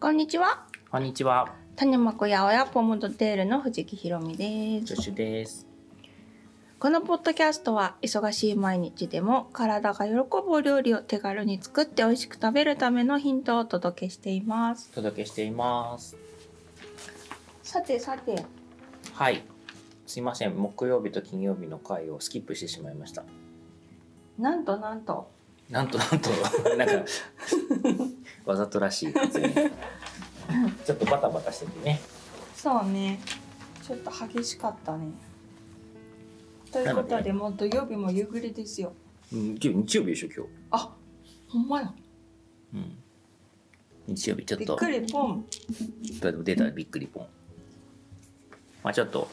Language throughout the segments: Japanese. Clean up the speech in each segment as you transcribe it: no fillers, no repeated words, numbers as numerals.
こんにちは。 こんにちは。 種まこやおやポムドテールの藤木ひろみです。 ジョシュです。 このポッドキャストは忙しい毎日でも体が喜ぶお料理を手軽に作って美味しく食べるためのヒントをお届けしています。さて、 はい。すいません。木曜日と金曜日の回をスキップしてしまいました。 なんとなんかわざとらしい発言。ちょっとバタバタしててね。 そうね。ちょっと激しかったね。ということでもう土曜日も夕暮れですよ。 日曜日でしょ今日。 あ、ほんまや。 日曜日ちょっと。 びっくりポン。 出たびっくりポン。まあちょっと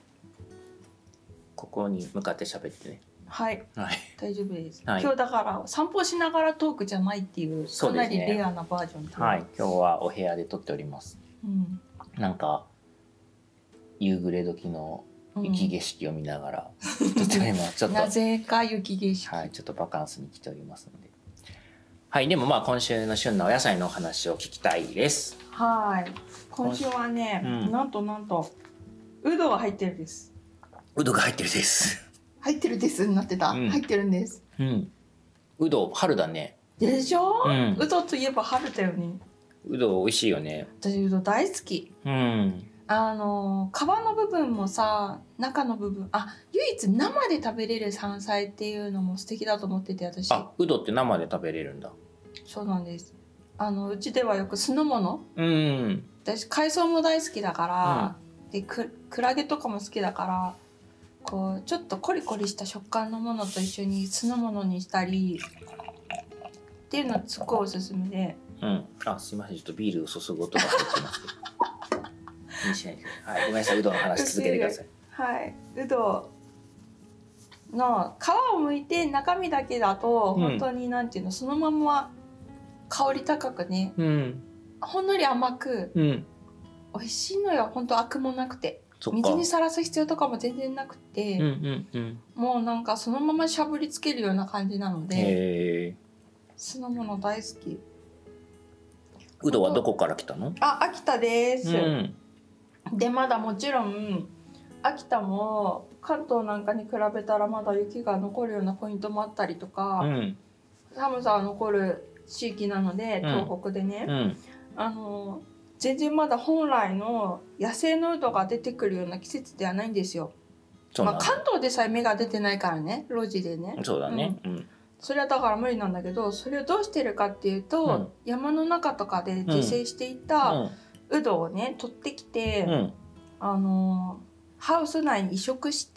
ここに向かって喋ってね。 はい、 はい、 大丈夫です、 はい、 今日だから散歩しながらトークじゃないっていうかなりレアなバージョンで、 はい、今日はお部屋で撮っております、なんか夕暮れ時の雪景色を見ながら、ちょっとなぜか雪景色、 はい、ちょっとバカンスに来ておりますので、はい、でもまあ今週の旬なお野菜のお話を聞きたいです。 はい、今週はね、なんとうどが入ってるです。 うどが入ってるです入ってるですになってた、入ってるんです。 うど春だね。 でしょ、うどといえば春だよね。 うど美味しいよね。 私うど大好き。皮の部分もさ、中の部分、唯一生で食べれる山菜っていうのも素敵だと思ってて、私。 うどって生で食べれるんだ。 そうなんです。うちではよく酢の物。私海藻も大好きだから、でクラゲとかも好きだから。こうちょっとコリコリした食感のものと一緒に酢の物にしたりっていうのはすごいおすすめで、 すいません、ちょっとビールを注ぐ音が入ってますけど気にしないでください。はい、ごめんなさい、うどんの話続けてください。 はい、うどの皮を剥いて中身だけだと本当になんていうの、そのまま香り高くね、ほんのり甘く、美味しいのよ。本当アクもなくて。水にさらす必要とかも全然なくて、もうなんかそのまましゃぶりつけるような感じなので、酢の物大好き。 うどはどこから来たの？ 秋田です、でまだもちろん秋田も関東なんかに比べたらまだ雪が残るようなポイントもあったりとか、寒さが残る地域なので、東北でね、全然まだ本来の野生のうどが出てくるような季節ではないんですよ。関東でさえ芽が出てないからね、路地でね。 そうだね。 それはだから無理なんだけど、それをどうしてるかっていうと、山の中とかで自生していたうどをね取ってきて、ハウス内に移植して、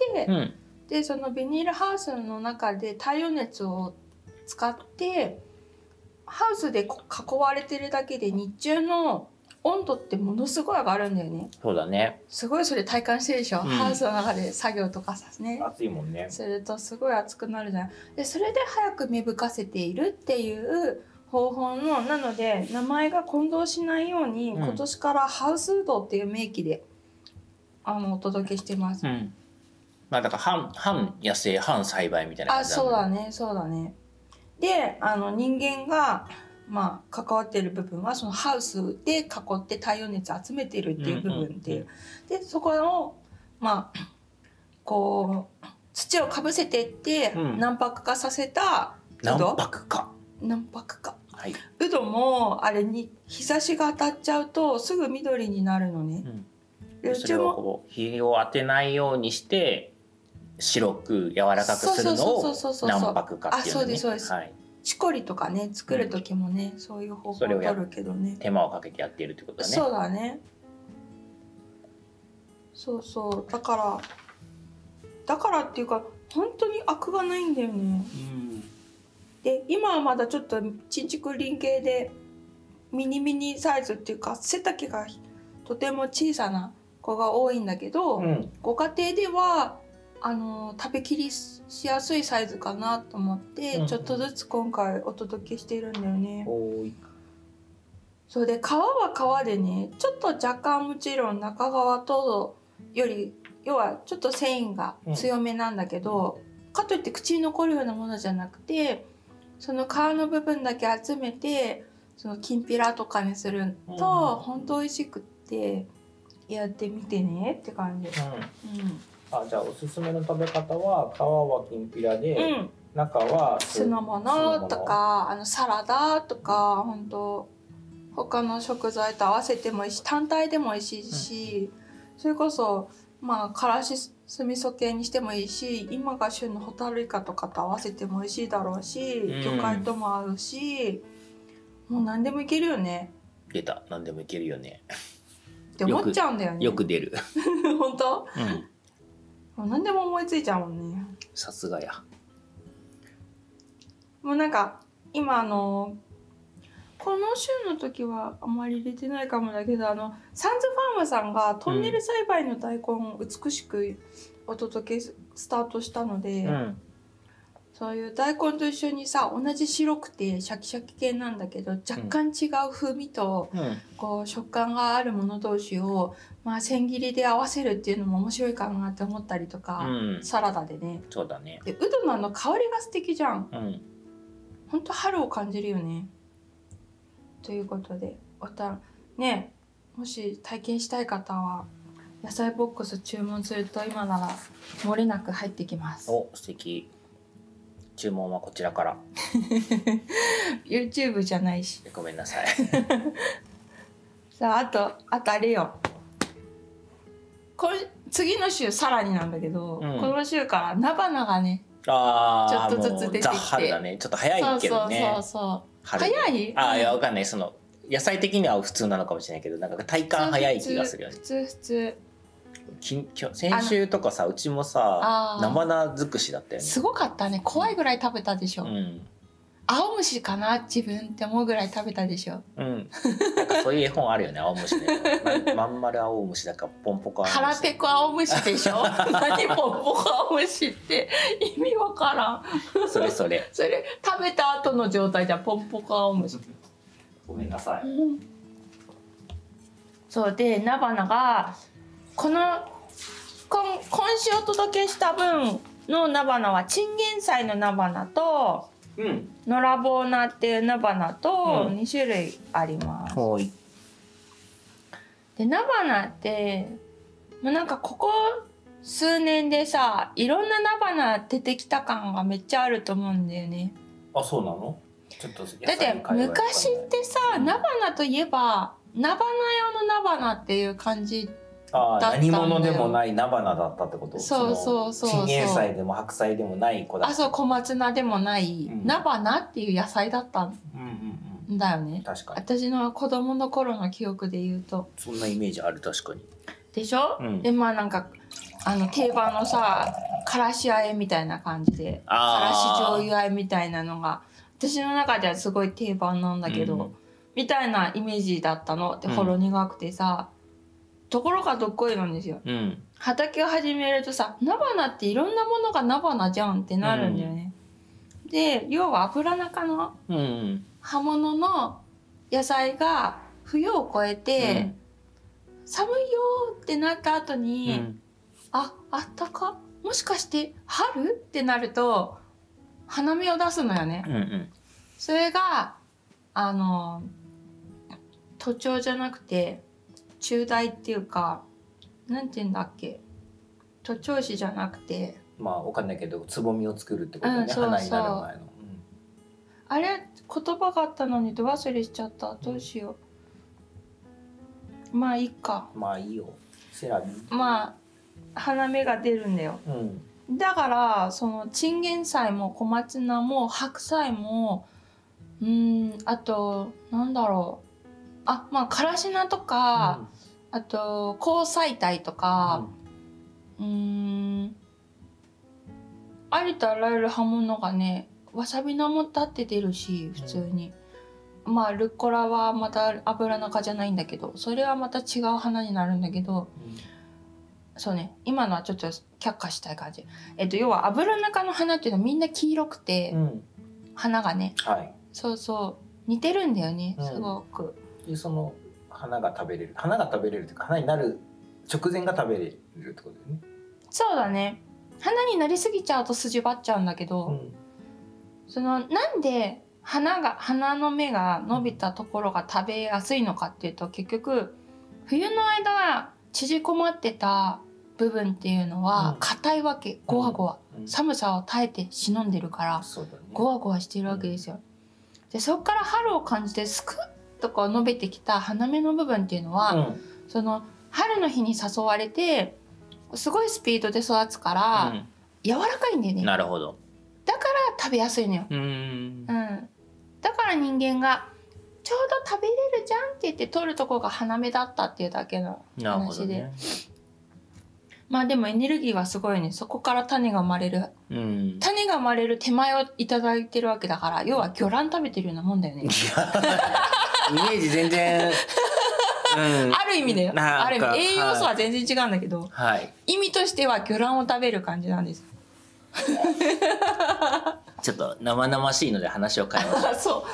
でそのビニールハウスの中で太陽熱を使ってハウスで囲われてるだけで日中の温度ってものすごい上がるんだよね。 そうだね。 すごいそれ体感してるでしょ、ハウスの中で作業とかさね。 暑いもんね。 するとすごい暑くなるじゃん。でそれで早く芽吹かせているっていう方法の、なので名前が混同しないように、今年からハウスうどっていう名義でお届けしてます。 だから半野生半栽培みたいな感じだね。 そうだね。で人間が関わっている部分はそのハウスで囲って太陽熱集めてるっていう部分で、でそこをこう土をかぶせていって、軟白化させたうど。軟白化、うどもあれに日差しが当たっちゃうとすぐ緑になるのね。 それをこう日を当てないようにして白く柔らかくするのを軟白化っていうのね。 そうです。チコリとかね作る時もね、そういう方法を取るけどね、 手間をかけてやっているってことだね。 そうだね。そうだからっていうか本当にアクがないんだよね。で今はまだちょっとちんちくりん系でミニサイズっていうか背丈がとても小さな子が多いんだけど、ご家庭では食べきりしやすいサイズかなと思って、ちょっとずつ今回お届けしているんだよね。そうで皮は皮でね、ちょっと若干もちろん中側とより要はちょっと繊維が強めなんだけど、かといって口に残るようなものじゃなくて、その皮の部分だけ集めてそのきんぴらとかにすると本当美味しくってやってみてねって感じ。 あ、じゃあおすすめの食べ方は皮はきんぴらで、中は酢の物とかサラダとか本当他の食材と合わせてもいいし単体でも美味しいし、それこそまあからし酢味噌系にしてもいいし、今が旬のホタルイカとかと合わせても美味しいだろうし、魚介とも合うし、もう何でもいけるよね。 出た、何でもいけるよねって思っちゃうんだよね。 よく出る本当？もう何でも思いついちゃうもんね。 さすがや。 もうなんか今この週の時はあまり入れてないかもだけどサンズファームさんがトンネル栽培の大根を美しくお届けスタートしたので、そういう大根と一緒にさ同じ白くてシャキシャキ系なんだけど若干違う風味と、こう食感があるもの同士を、まあ、千切りで合わせるっていうのも面白いかなって思ったりとか、サラダでね。 そうだね。 でうどの香りが素敵じゃん。ほんと春を感じるよね。ということでね、もし体験したい方は野菜ボックス注文すると今なら漏れなく入ってきます。 お、素敵。注文はこちらから YouTube じゃないし。 ごめんなさいさああとあれよ、次の週さらになんだけど、この週から菜花がねちょっとずつ出てきて、 ザ・春だね。ちょっと早いけどね。 そう早い？ いやわかんない。その野菜的には普通なのかもしれないけど、なんか体感早い気がするよね。 普通。 先週とかさ、うちもさ菜花尽くしだったよね。 すごかったね。怖いぐらい食べたでしょ。青虫かな自分って思うぐらい食べたでしょ。 なんかそういう絵本あるよね、青虫ね。まん丸青虫だかポンポコ青虫。 腹ペコ青虫でしょ何ポンポコ青虫って意味わからんそれ食べた後の状態じゃポンポコ青虫。 ごめんなさい。 そうで菜花が今週お届けした分の菜花はチンゲン菜の菜花とのらぼう菜っていう菜花と2種類あります。で菜花ってもうなんかここ数年でさいろんな菜花出てきた感がめっちゃあると思うんだよね。 あ、そうなの？ちょっとだって昔ってさ菜花といえば菜花用の菜花っていう感じだったんだよ。 何物でもない菜花だったってこと？ そうチンゲン菜でも白菜でもない子だった。 そう小松菜でもない菜花っていう野菜だったんだよね。 確かに。 私の子供の頃の記憶で言うとそんなイメージある。確かにでしょ、でまあなんか定番のさからしあえみたいな感じでからし醤油あえみたいなのが私の中ではすごい定番なんだけど、みたいなイメージだったの。でほろ苦くてさ、ところがどっこいなんですよ。畑を始めるとさ菜花っていろんなものが菜花じゃんってなるんだよね。で要は油中の葉物の野菜が冬を越えて、寒いよってなった後に、あったかもしかして春ってなると花芽を出すのよね。それが徒長じゃなくて中大っていうかなんて言うんだっけ、徒長枝じゃなくてまあわかんないけどつぼみを作るってことね、花になる前の。 あれ言葉があったのにど忘れしちゃった。どうしよう。まあいいか。 まあいいよ。セラビ。 まあ花芽が出るんだよ。だからそのチンゲン菜も小松菜も白菜もあとなんだろう、まあからし菜とか、あと香菜苔とか、ありとあらゆる葉物がね、わさび菜も立って出るし普通に、まあルッコラはまた油中じゃないんだけどそれはまた違う花になるんだけど、そうね今のはちょっと却下したい感じ。要は油中の花っていうのはみんな黄色くて、花がね、そう似てるんだよね、すごく。 でその花が食べれるっていうか花になる直前が食べれるってことだよね。 そうだね。花になりすぎちゃうと筋張っちゃうんだけど、そのなんで花の芽が伸びたところが食べやすいのかっていうと、結局冬の間縮こまってた部分っていうのは硬いわけ、ゴワゴワ、寒さを耐えて忍んでるからゴワゴワしてるわけですよ。でそこから春を感じてスクッとこう伸びてきた花芽の部分っていうのは、その春の日に誘われてすごいスピードで育つから、柔らかいんだよね。 なるほど。 だから食べやすいのよ。だから人間がちょうど食べれるじゃんって言って取るとこが花芽だったっていうだけの話で、まあでもエネルギーはすごいね。そこから種が生まれる、種が生まれる手前をいただいてるわけだから、要は魚卵食べてるようなもんだよね。 イメージ全然ある意味だよ。ある意味栄養素は全然違うんだけど、意味としては魚卵を食べる感じなんです。 ちょっと生々しいので話を変えましょう。 そう。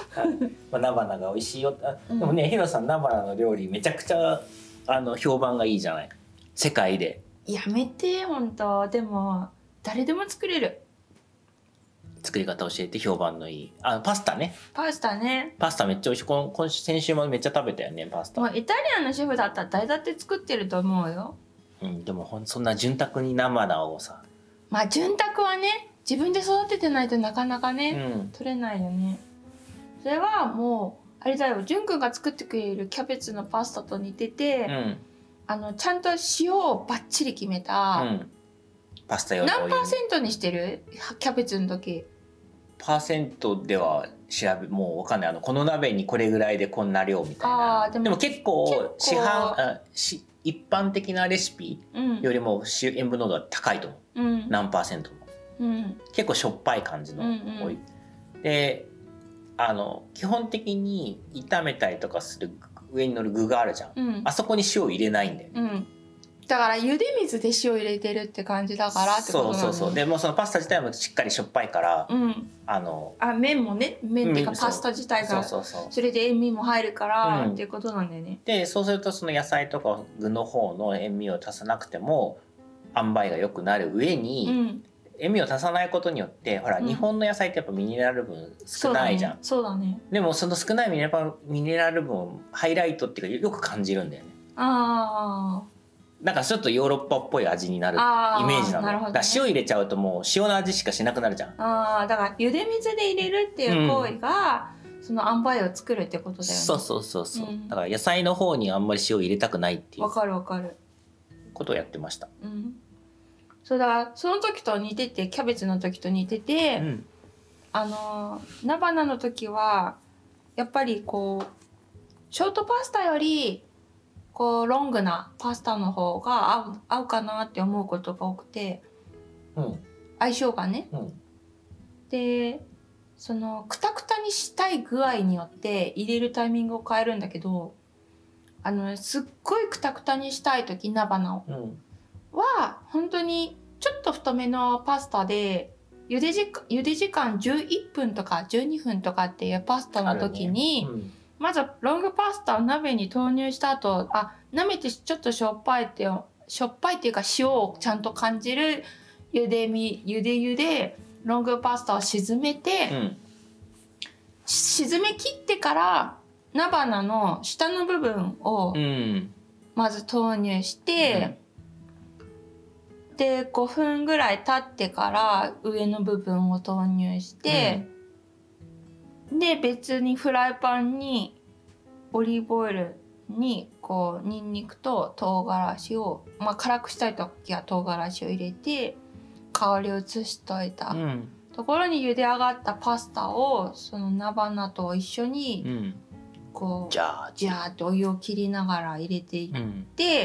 菜花が美味しいよ。でもね、ヒロさん菜花の料理めちゃくちゃ評判がいいじゃない。世界で。 やめて本当。でも誰でも作れる。 作り方教えて。評判のいいパスタね。 パスタね。 パスタめっちゃ美味しい。先週もめっちゃ食べたよね、パスタ。 もうイタリアンのシェフだったら誰だって作ってると思うよ。 でもそんな潤沢に菜花をさ。 まあ潤沢はね、自分で育ててないとなかなかね、取れないよね。それはもうあれだよ、潤くんが作ってくれるキャベツのパスタと似てて、ちゃんと塩をバッチリ決めた、 パスタより何%にしてるキャベツの時。 パーセントではもう分かんない。この鍋にこれぐらいでこんな量みたいな。でも結構一般的なレシピよりも塩分濃度は高いと思う、何パーセントも、結構しょっぱい感じの多い、で基本的に炒めたりとかする上に乗る具があるじゃん、あそこに塩を入れないんだよ、 だから茹で水で塩入れてるって感じだからってことなんだ、 そうでもそのパスタ自体もしっかりしょっぱいから、 麺もね、麺っていうかパスタ自体がそれで塩味も入るからっていうことなんだよね。 でそうするとその野菜とか具の方の塩味を足さなくても塩梅が良くなる上に、塩味を足さないことによってほら、日本の野菜ってやっぱミネラル分少ないじゃん。 そうだね。 でもその少ないミネラル分をハイライトっていうかよく感じるんだよね。なんかちょっとヨーロッパっぽい味になるイメージなの。だから塩入れちゃうともう塩の味しかしなくなるじゃん。 だから茹で水で入れるっていう行為が、その塩梅を作るってことだよね。 そう、だから野菜の方にあんまり塩入れたくないっていうわかることをやってました。 そうだから、その時と似てて、キャベツの時と似てて、菜花の時はやっぱりこうショートパスタよりこうロングなパスタの方が合うかなって思うことが多くて、相性がね、でそのクタクタにしたい具合によって入れるタイミングを変えるんだけど、すっごいクタクタにしたい時菜花を、は本当にちょっと太めのパスタで茹で時間11分とか12分とかっていうパスタの時に、まずロングパスタを鍋に投入した後、舐めてちょっとしょっぱいっていうか塩をちゃんと感じる茹でロングパスタを沈めて、沈め切ってから菜花の下の部分をまず投入して、で5分ぐらい経ってから上の部分を投入して、で別にフライパンにオリーブオイルにこうニンニクと唐辛子を、辛くしたい時は唐辛子を入れて香りを移しといた、ところに茹で上がったパスタをその菜花と一緒にこう、ジャーってお湯を切りながら入れていって、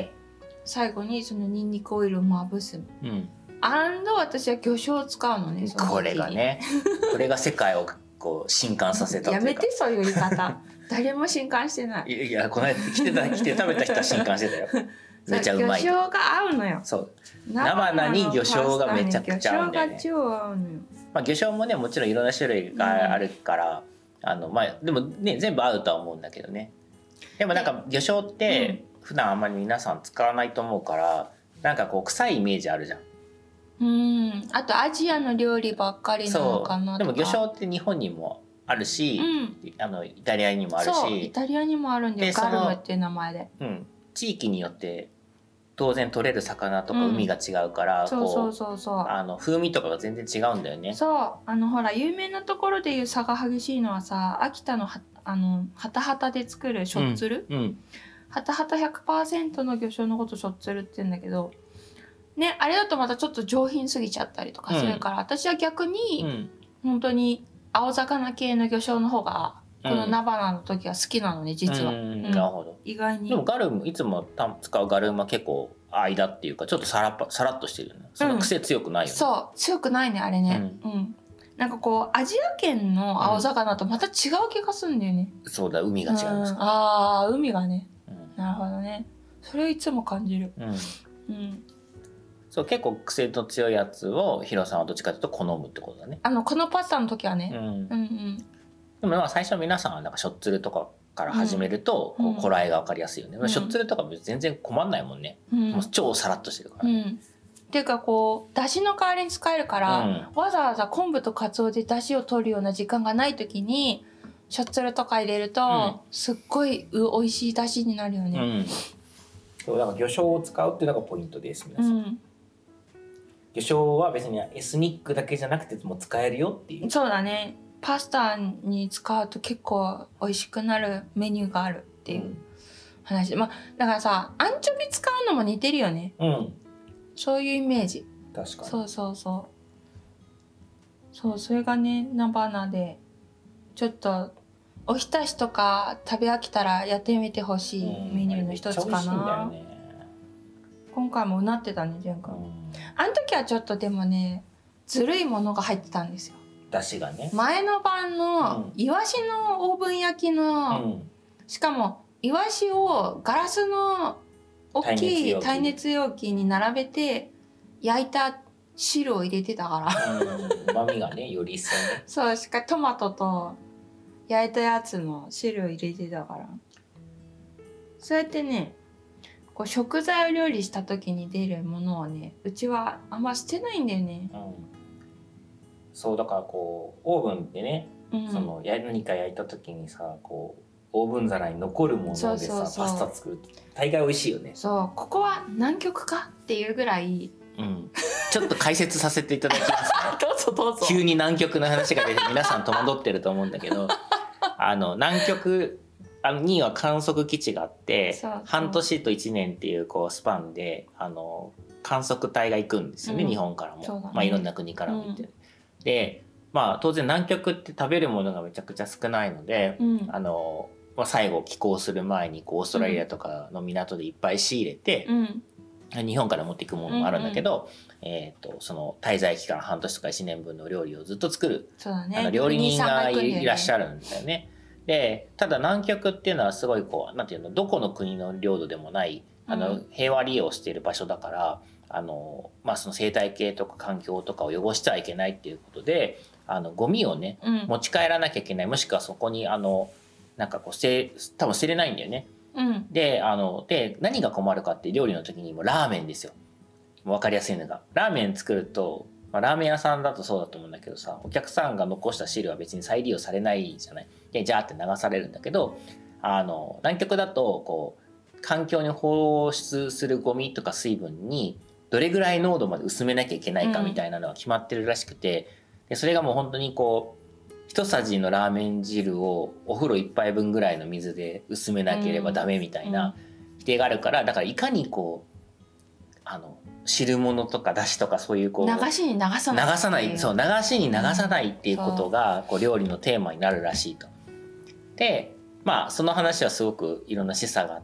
最後にそのニンニクオイルをまぶす。私は魚醤を使うのね。 これがね、これが世界をこう震撼させたというか。 やめてそういう言い方。誰も震撼してない。 いやこの間来て食べた人は震撼してたよ。めちゃうまい。 魚醤が合うのよ。 そう。菜花に魚醤がめちゃくちゃ合うんだよね。 魚醤が超合うのよ。 魚醤もねもちろんいろんな種類があるから、でもね全部合うとは思うんだけどね。でもなんか魚醤って普段あんまり皆さん使わないと思うから、なんかこう臭いイメージあるじゃん。 あとアジアの料理ばっかりなのかなとか。 でも魚醤って日本にもあるし、イタリアにもあるし、 そうイタリアにもあるんだよ、ガルムっていう名前で。 地域によって当然取れる魚とか海が違うから、風味とかが全然違うんだよね。 そうほら有名なところでいう差が激しいのはさ、秋田のハタハタで作るしょっつる、ハタハタ 100% の魚醤のことしょっつるって言うんだけどね、あれだとまたちょっと上品すぎちゃったりとかするから、私は逆に、本当に青魚系の魚醤の方がこの菜花の時は好きなのね、実は。 なるほど。 意外に。 でもガルムいつも使うガルムは結構間っていうかちょっとさらっとしてるよね。その癖強くないよね。 そう強くないねあれね。なんかこうアジア圏の青魚とまた違う気がするんだよね。 そうだ、海が違いますか。 ああ海がね。なるほどね。それをいつも感じる。 そう結構癖の強いやつをヒロさんはどっちかというと好むってことだね。 このパスタの時はね。 でも最初皆さんはなんかしょっつるとかから始めると頃合いが分かりやすいよね。しょっつるとか全然困んないもんね。もう超サラッとしてるからね。 っていうかこうだしの代わりに使えるから、わざわざ昆布とかつおでだしを取るような時間がない時にしょっつるとか入れると、すっごい美味しいだしになるよね。 そうだから魚醤を使うっていうのがポイントです、皆さん。魚醤は別にエスニックだけじゃなくても使えるよっていう。 そうだね。パスタに使うと結構美味しくなるメニューがあるっていう話。だからさアンチョビ使うのも似てるよね。そういうイメージ。 確かに。 そうそれがね菜花でちょっとおひたしとか食べ飽きたらやってみてほしいメニューの一つかな。今回もうなってたね前回。あの時はちょっとでもねずるいものが入ってたんですよ。 だしがね。 前の晩のイワシのオーブン焼きの、しかもイワシをガラスの大きい耐熱容器に並べて焼いた汁を入れてたから。 旨味がねより一層ね。 そうしかトマトと焼いたやつの汁を入れてたから。そうやってねこう食材を料理した時に出るものはねうちはあんま捨てないんだよね。 そうだからこうオーブンでね、その何か焼いた時にさこうオーブン皿に残るものでさパスタ作ると大概美味しいよね。 そうここは南極かっていうぐらい、 ちょっと解説させていただきます、ね、 どうぞ。 急に南極の話が出て皆さん戸惑ってると思うんだけど南極には観測基地があって半年と1年っていうこうスパンで観測隊が行くんですよね、日本からも、いろんな国からも行って。で当然南極って食べるものがめちゃくちゃ少ないので、最後寄港する前にオーストラリアとかの港でいっぱい仕入れて、日本から持っていくものもあるんだけど、その滞在期間半年とか1年分の料理をずっと作る、料理人がいらっしゃるんだよね。でただ南極っていうのはすごいこうなんていうのどこの国の領土でもない平和利用している場所だからその生態系とか環境とかを汚してはいけないっていうことでゴミをね、持ち帰らなきゃいけない、もしくはそこになんかこう多分捨てれないんだよね。で何が困るかって料理の時にもラーメンですよ。分かりやすいのがラーメン作ると、ラーメン屋さんだとそうだと思うんだけどさ、お客さんが残した汁は別に再利用されないじゃない。でジャーって流されるんだけど南極だとこう環境に放出するゴミとか水分にどれぐらい濃度まで薄めなきゃいけないかみたいなのは決まってるらしくて、でそれがもう本当にこう一さじのラーメン汁をお風呂1杯分ぐらいの水で薄めなければダメみたいな規定があるから、だからいかにこう汁物とかだしとかそういうこう流しに流さないそう流しに流さないっていうことがこう料理のテーマになるらしいと。でその話はすごくいろんな示唆があって、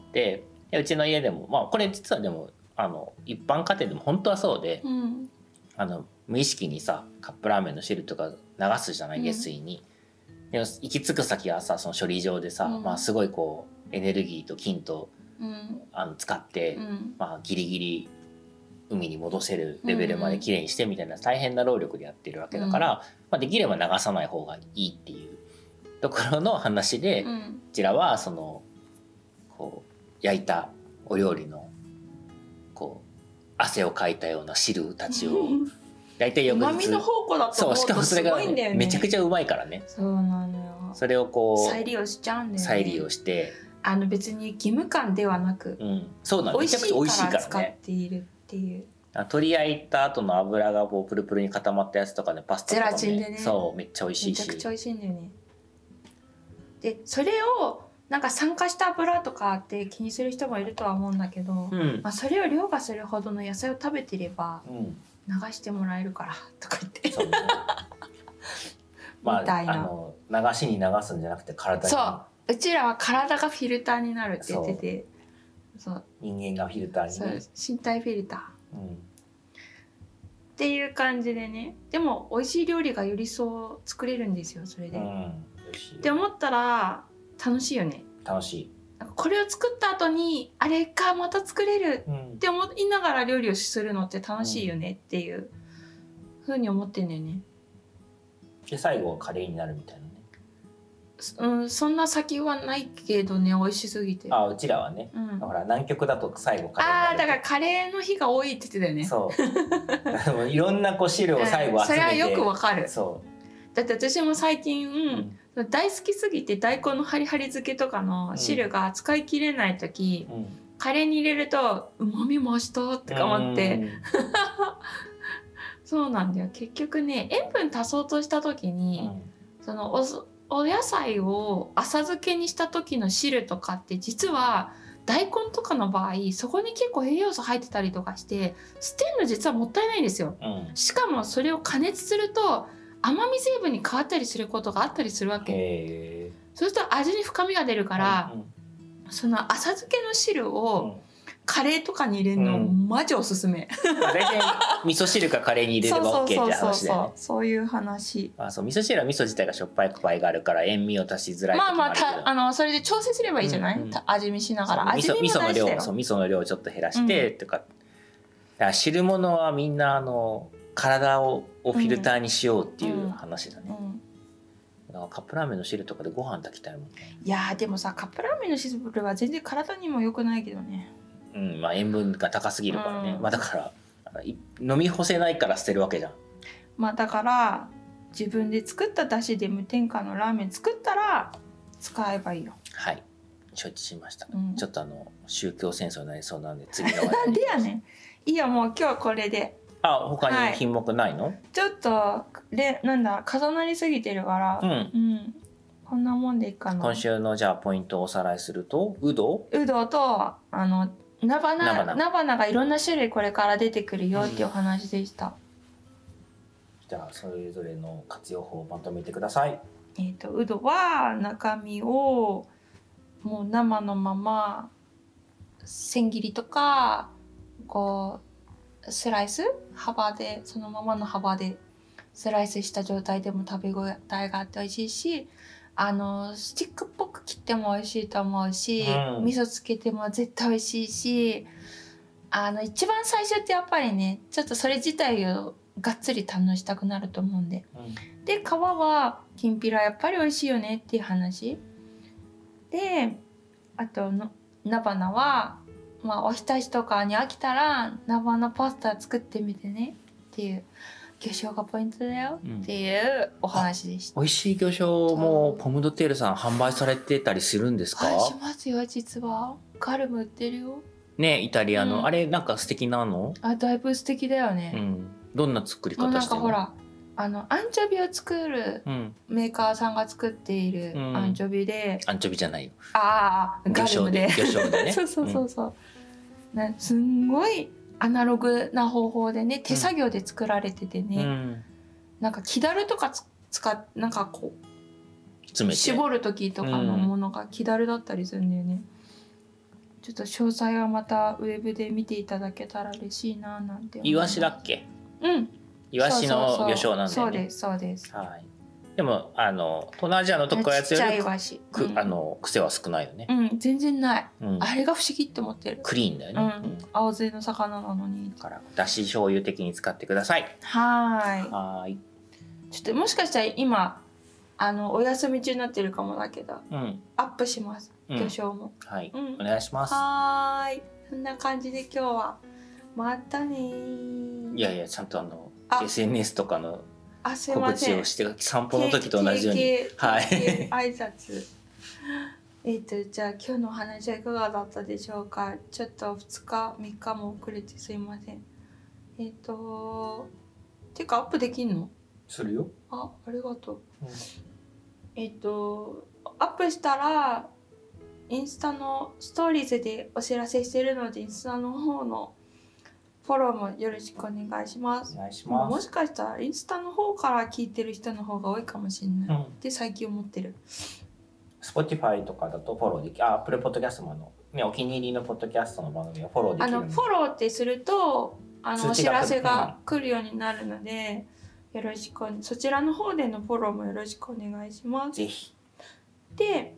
うちの家でもこれ実はでも一般家庭でも本当はそうで、無意識にさカップラーメンの汁とか流すじゃない下水に。でも行き着く先はさその処理場でさ、すごいこうエネルギーと菌と、使って、ギリギリ海に戻せるレベルまできれいにしてみたいな大変な労力でやってるわけだから、できれば流さない方がいいっていうところの話で、こちらはそのこう焼いたお料理のこう汗をかいたような汁たちを大体翌日旨味の宝庫だとそう、 思うとすしかもそれがごいんだよね。 めちゃくちゃうまいからね。 そうなのよ。 それをこう再利用しちゃうんだよね。 再利用して、 別に義務感ではなく、 そうなの。めちゃくちゃ美味しいからね。 使っているっていう。 鶏焼いた後の油がこうプルプルに固まったやつとかね、パスタとか、ね、 ゼラチンでね。 そう、めっちゃ美味しいし。 めちゃくちゃ美味しいんだよね。でそれをなんか酸化した油とかって気にする人もいるとは思うんだけど、まあ、それを凌駕するほどの野菜を食べてれば流してもらえるからとか言って、そうねまあ、 みたいな。 流しに流すんじゃなくて体に。 そう、うちらは体がフィルターになるって言ってて、そう人間がフィルターに、ね、 そう身体フィルター、っていう感じでね。でも美味しい料理がよりそう作れるんですよそれで、って思ったら楽しいよね。 楽しい。 これを作った後にあれかまた作れるって思いながら料理をするのって楽しいよねっていうふうに思ってんだよね。 で最後はカレーになるみたいなね。そんな先はないけどね、美味しすぎて。 うちらはね、ほら南極だと最後カレーになる。 だからカレーの日が多いって言ってたよね。 そういろんなこう汁を最後集めて、 それはよくわかる。 そうだって私も最近、大好きすぎて大根のハリハリ漬けとかの汁が使い切れない時、カレーに入れるとうまみ増したって思って、そうなんだよ。結局ね、塩分足そうとした時に、そのお野菜を浅漬けにした時の汁とかって実は大根とかの場合そこに結構栄養素入ってたりとかして捨てるの実はもったいないんですよ。しかもそれを加熱すると甘み成分に変わったりすることがあったりするわけ。そうすると味に深みが出るから、その浅漬けの汁をカレーとかに入れるのマジおすすめ。 大体味噌汁かカレーに入れれば OK って話だよね。 そういう話。 そう、味噌汁は味噌自体がしょっぱい場合があるから塩味を足しづらい時もあるけど、それで調整すればいいじゃない、味見しながら。味見も大事だよ。 味噌の量をちょっと減らしてとか。だから汁物はみんな体をフィルターにしようっていう話だね。だからカップラーメンの汁とかでご飯炊きたいもんね。 いやでもさ、カップラーメンの汁は全然体にも良くないけどね。 まあ塩分が高すぎるからね。だから飲み干せないから捨てるわけじゃん。 だから自分で作っただしで無添加のラーメン作ったら使えばいいよ。 はい、承知しました。ちょっと宗教戦争になりそうなんで次のなんでやねん。いいよ、もう今日はこれで。 他に品目ないの？ ちょっと重なりすぎてるから、こんなもんでいいかな。 今週のじゃあポイントをおさらいすると、うどと菜花がいろんな種類これから出てくるよっていうお話でした。 じゃあそれぞれの活用法をまとめてください。 うどは中身をもう生のまま千切りとかこうスライス幅で、そのままの幅でスライスした状態でも食べ応えがあって美味しいし、スティックっぽく切っても美味しいと思うし、味噌つけても絶対美味しいし、一番最初ってやっぱりね、ちょっとそれ自体をがっつり堪能したくなると思うんで、で皮はきんぴらやっぱり美味しいよねっていう話で、あと菜花はおひたしとかに飽きたら菜花パスタ作ってみてねっていう、魚醤がポイントだよっていうお話でした。 美味しい魚醤もポムドテールさん販売されてたりするんですか？ しますよ、実は。ガルム売ってるよね。イタリアの、あれなんか素敵なの？ だいぶ素敵だよね。 どんな作り方してるの？ なんかほらアンチョビを作るメーカーさんが作っているアンチョビで、 アンチョビじゃないよ、 ガルムで魚醤でね。 そう、すんごいアナログな方法でね、手作業で作られててね、なんか木だるとかなんかこう絞る時とかのものが木だるだったりするんだよね。ちょっと詳細はまたウェブで見ていただけたら嬉しいななんて。 イワシだっけ？イワシの魚醤なんだよね。 そうです。 はい。でも東南アジアのとこやつより癖は少ないよね。 全然ない。あれが不思議って思ってる。 クリーンだよね。 青背の魚なのに。 だからだし醤油的に使ってください。 はい。ちょっともしかしたら今お休み中になってるかもだけど、アップします。魚醤も。 はい。お願いします。 そんな感じで今日はまたね。 いやちゃんと SNS とかのすいま告知せんをして散歩の時と同じようにはい挨拶じゃあ今日のお話はいかがだったでしょうか。ちょっと2日3日も遅れてすいません。てかアップできんの？ するよ。 ありがとう。アップしたらインスタのストーリーズでお知らせしてるので、インスタの方のフォローもよろしくお願いします。 お願いします。 もしかしたらインスタの方から聞いてる人の方が多いかもしれない、って最近思ってる。 Spotify とかだとフォローできる。Apple Podcast もお気に入りのポッドキャストの番組はフォローできる。 フォローってするとお知らせが来るようになるので、よろしくそちらの方でのフォローもよろしくお願いします。 ぜひ。 で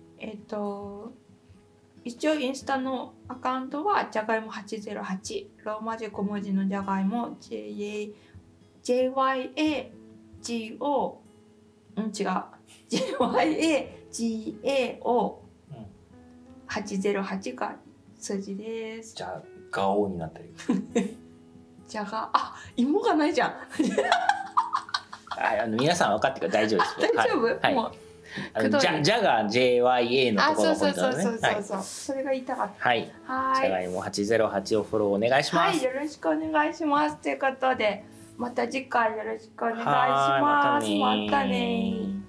一応インスタのアカウントはじゃがいも808、ローマ字小文字のじゃがいも JYAGO 違う JYAGAO808 が数字です。 じゃあガオになってる。 じゃが芋がないじゃん。 皆さん分かってるから大丈夫です。 大丈夫、 はい、もうじゃが JYA のところのポイントですね。 それが言いたかった。 はい。じゃがいも808をフォローお願いします。 はい、よろしくお願いします。ということでまた次回よろしくお願いします。またね。